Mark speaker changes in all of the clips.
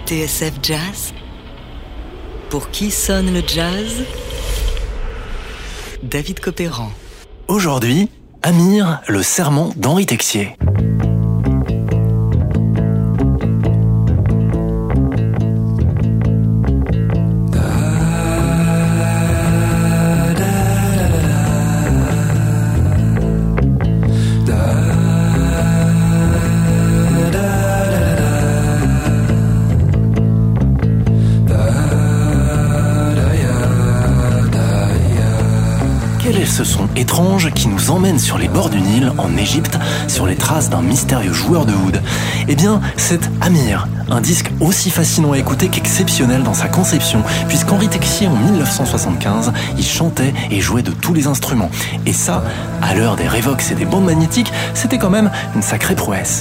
Speaker 1: TSF Jazz. Pour qui sonne le jazz? David Copéran.
Speaker 2: Aujourd'hui, Amir, le sermon d'Henri Texier. Quel est ce son étrange qui nous emmène sur les bords du Nil, en Égypte, sur les traces d'un mystérieux joueur de oud? Eh bien, c'est Amir, un disque aussi fascinant à écouter qu'exceptionnel dans sa conception, puisqu'Henri Texier, en 1975, il chantait et jouait de tous les instruments. Et ça, à l'heure des Revox et des bandes magnétiques, c'était quand même une sacrée prouesse.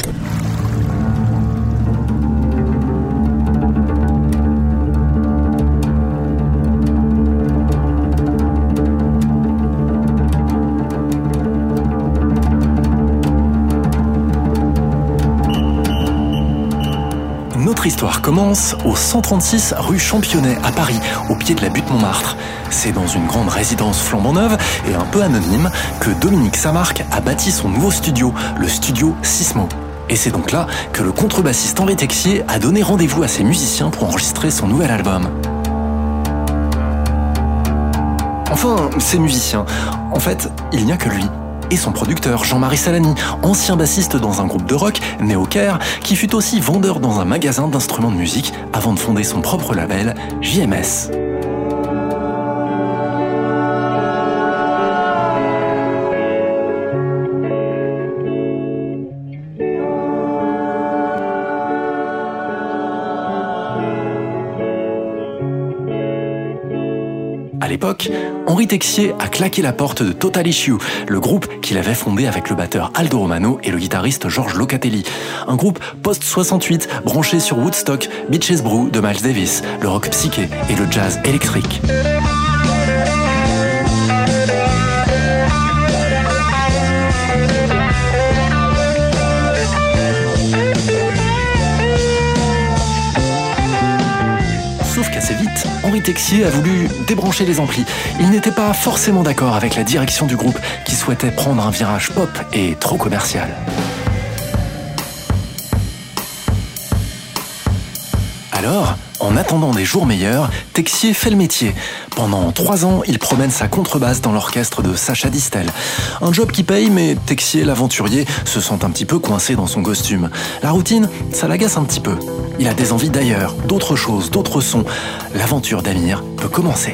Speaker 2: Notre histoire commence au 136 rue Championnet à Paris, au pied de la butte Montmartre. C'est dans une grande résidence flambant neuve et un peu anonyme que Dominique Samarque a bâti son nouveau studio, le studio Sismo. Et c'est donc là que le contrebassiste Henri Texier a donné rendez-vous à ses musiciens pour enregistrer son nouvel album. Enfin, ses musiciens. En fait, il n'y a que lui. Et son producteur, Jean-Marie Salani, ancien bassiste dans un groupe de rock, né au Caire, qui fut aussi vendeur dans un magasin d'instruments de musique avant de fonder son propre label, JMS. À l'époque, Henri Texier a claqué la porte de Total Issue, le groupe qu'il avait fondé avec le batteur Aldo Romano et le guitariste George Locatelli. Un groupe post-68 branché sur Woodstock, Beaches Brew de Miles Davis, le rock psyché et le jazz électrique. Sauf qu'assez vite, Henri Texier a voulu débrancher les amplis. Il n'était pas forcément d'accord avec la direction du groupe qui souhaitait prendre un virage pop et trop commercial. Alors, en attendant des jours meilleurs, Texier fait le métier. Pendant 3 ans, il promène sa contrebasse dans l'orchestre de Sacha Distel. Un job qui paye, mais Texier, l'aventurier, se sent un petit peu coincé dans son costume. La routine, ça l'agace un petit peu. Il a des envies d'ailleurs, d'autres choses, d'autres sons. L'aventure d'Amir peut commencer.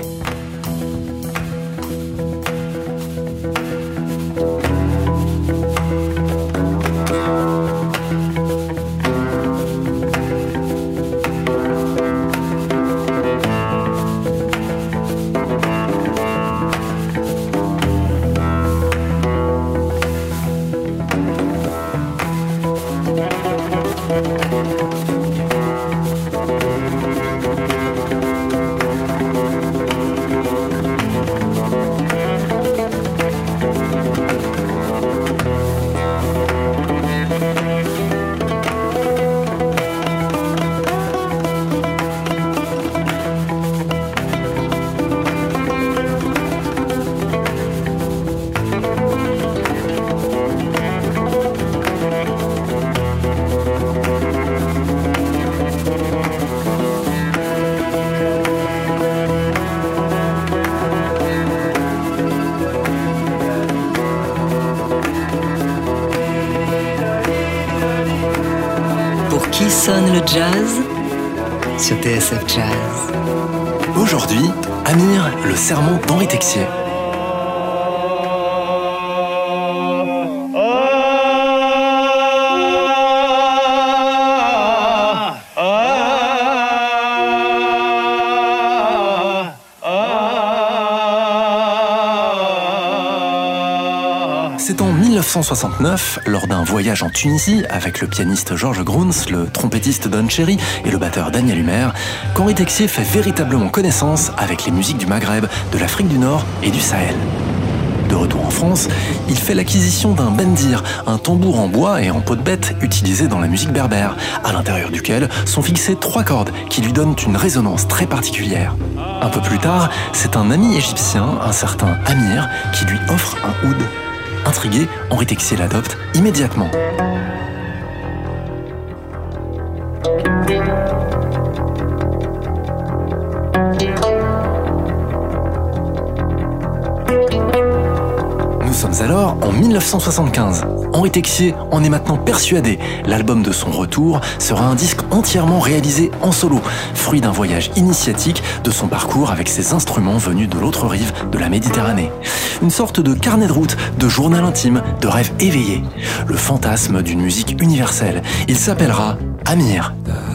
Speaker 1: Pour qui sonne le jazz? Sur TSF Jazz.
Speaker 2: Aujourd'hui, Amir, le sermon d'Henri Texier. C'est en 1969, lors d'un voyage en Tunisie avec le pianiste Georges Gruns, le trompettiste Don Cherry et le batteur Daniel Humer, qu'Henri Texier fait véritablement connaissance avec les musiques du Maghreb, de l'Afrique du Nord et du Sahel. De retour en France, il fait l'acquisition d'un bendir, un tambour en bois et en peau de bête utilisé dans la musique berbère, à l'intérieur duquel sont fixées 3 cordes qui lui donnent une résonance très particulière. Un peu plus tard, c'est un ami égyptien, un certain Amir, qui lui offre un oud. Intrigué, Henri Texier l'adopte immédiatement. Nous sommes alors en 1975. Henri Texier en est maintenant persuadé. L'album de son retour sera un disque entièrement réalisé en solo, fruit d'un voyage initiatique de son parcours avec ses instruments venus de l'autre rive de la Méditerranée. Une sorte de carnet de route, de journal intime, de rêve éveillé. Le fantasme d'une musique universelle. Il s'appellera Amir.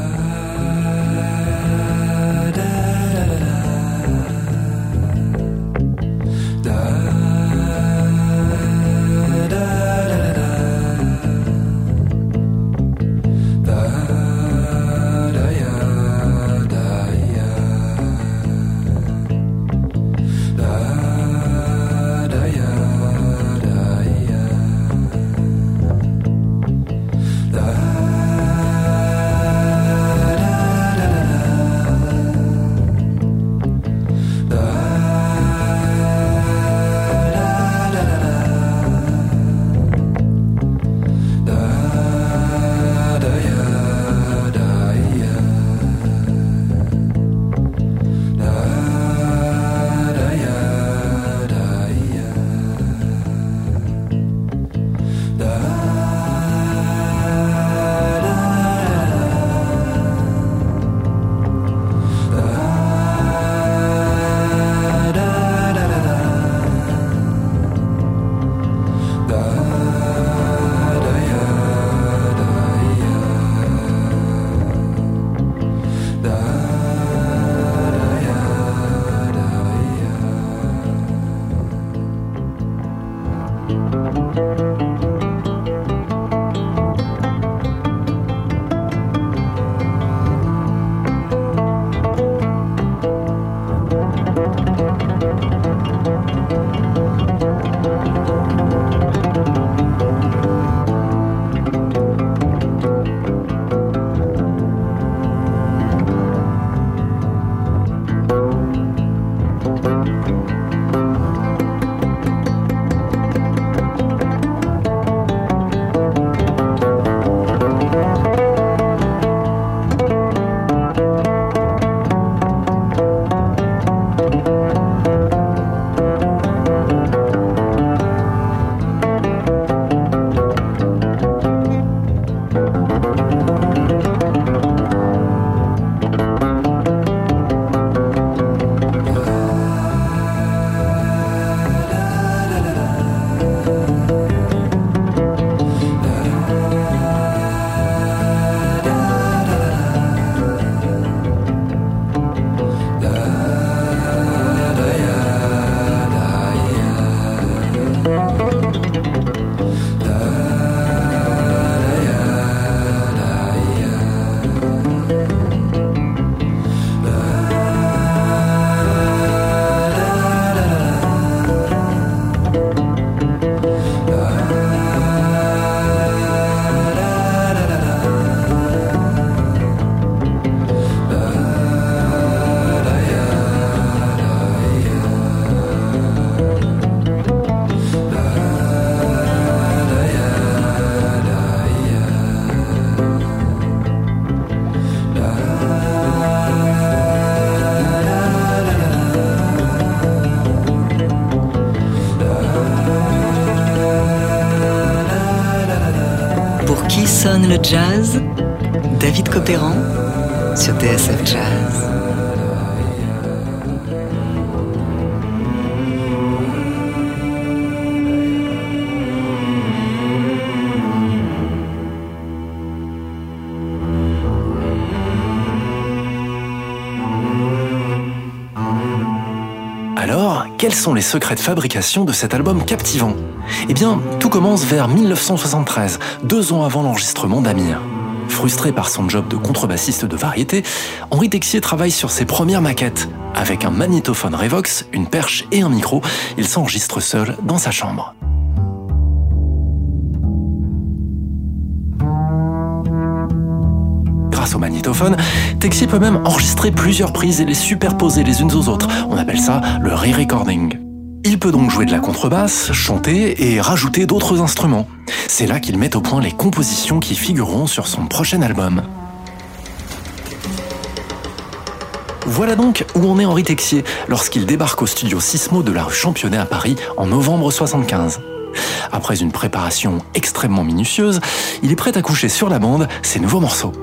Speaker 1: Sonne le jazz, David Copéran sur TSF Jazz.
Speaker 2: Alors, quels sont les secrets de fabrication de cet album captivant ? Eh bien, tout commence vers 1973, 2 ans avant l'enregistrement d'Amir. Frustré par son job de contrebassiste de variété, Henri Texier travaille sur ses premières maquettes. Avec un magnétophone Revox, une perche et un micro, il s'enregistre seul dans sa chambre. Grâce au magnétophone, Texier peut même enregistrer plusieurs prises et les superposer les unes aux autres. On appelle ça le re-recording. Il peut donc jouer de la contrebasse, chanter et rajouter d'autres instruments. C'est là qu'il met au point les compositions qui figureront sur son prochain album. Voilà donc où en est Henri Texier lorsqu'il débarque au studio Sismo de la rue Championnet à Paris en novembre 75. Après une préparation extrêmement minutieuse, il est prêt à coucher sur la bande ses nouveaux morceaux.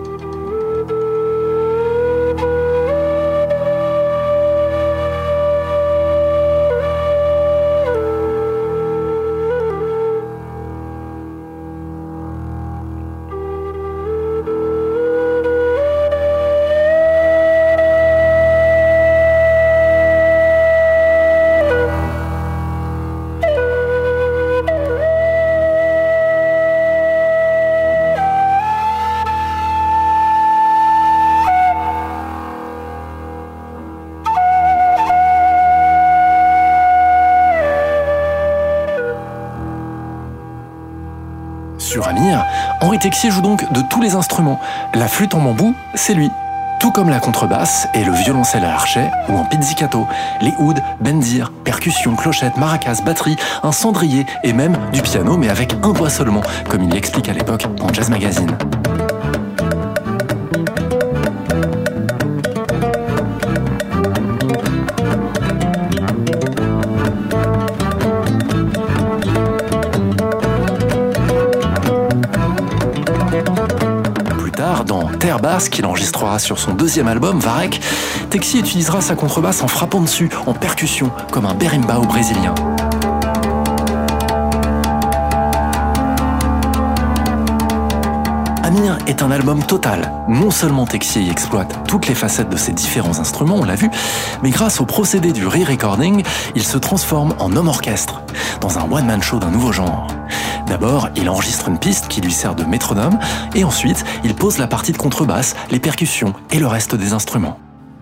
Speaker 2: Sur Amir, Henri Texier joue donc de tous les instruments. La flûte en bambou, c'est lui. Tout comme la contrebasse et le violoncelle à l'archet ou en pizzicato, les ouds, bendir, percussions, clochettes, maracas, batterie, un cendrier et même du piano mais avec un doigt seulement, comme il l'explique à l'époque dans Jazz Magazine. Dans Terre basse, qu'il enregistrera sur son deuxième album, Varek, Texier utilisera sa contrebasse en frappant dessus, en percussion, comme un berimbau brésilien. Amir est un album total. Non seulement Texier y exploite toutes les facettes de ses différents instruments, on l'a vu, mais grâce au procédé du re-recording, il se transforme en homme orchestre, dans un one-man show d'un nouveau genre. D'abord, il enregistre une piste qui lui sert de métronome, et ensuite, il pose la partie de contrebasse, les percussions et le reste des instruments.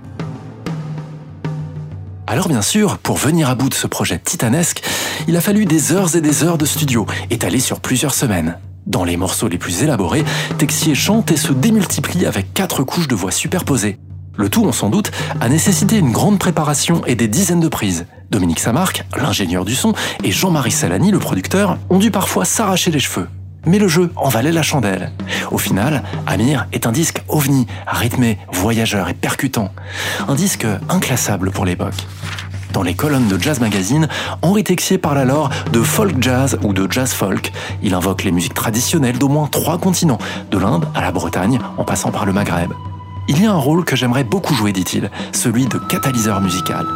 Speaker 2: Alors bien sûr, pour venir à bout de ce projet titanesque, il a fallu des heures et des heures de studio, étalées sur plusieurs semaines. Dans les morceaux les plus élaborés, Texier chante et se démultiplie avec 4 couches de voix superposées. Le tout, on s'en doute, a nécessité une grande préparation et des dizaines de prises. Dominique Samarc, l'ingénieur du son, et Jean-Marie Salani, le producteur, ont dû parfois s'arracher les cheveux. Mais le jeu en valait la chandelle. Au final, Amir est un disque ovni, rythmé, voyageur et percutant. Un disque inclassable pour l'époque. Dans les colonnes de Jazz Magazine, Henri Texier parle alors de folk jazz ou de jazz folk. Il invoque les musiques traditionnelles d'au moins 3 continents, de l'Inde à la Bretagne, en passant par le Maghreb. Il y a un rôle que j'aimerais beaucoup jouer, dit-il, celui de catalyseur musical.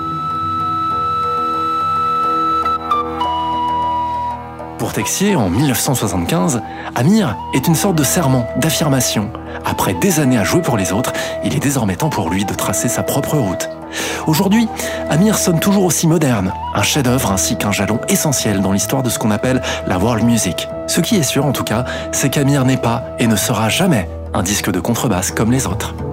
Speaker 2: Pour Texier, en 1975, Amir est une sorte de serment, d'affirmation. Après des années à jouer pour les autres, il est désormais temps pour lui de tracer sa propre route. Aujourd'hui, Amir sonne toujours aussi moderne, un chef-d'œuvre ainsi qu'un jalon essentiel dans l'histoire de ce qu'on appelle la world music. Ce qui est sûr en tout cas, c'est qu'Amir n'est pas et ne sera jamais un disque de contrebasse comme les autres.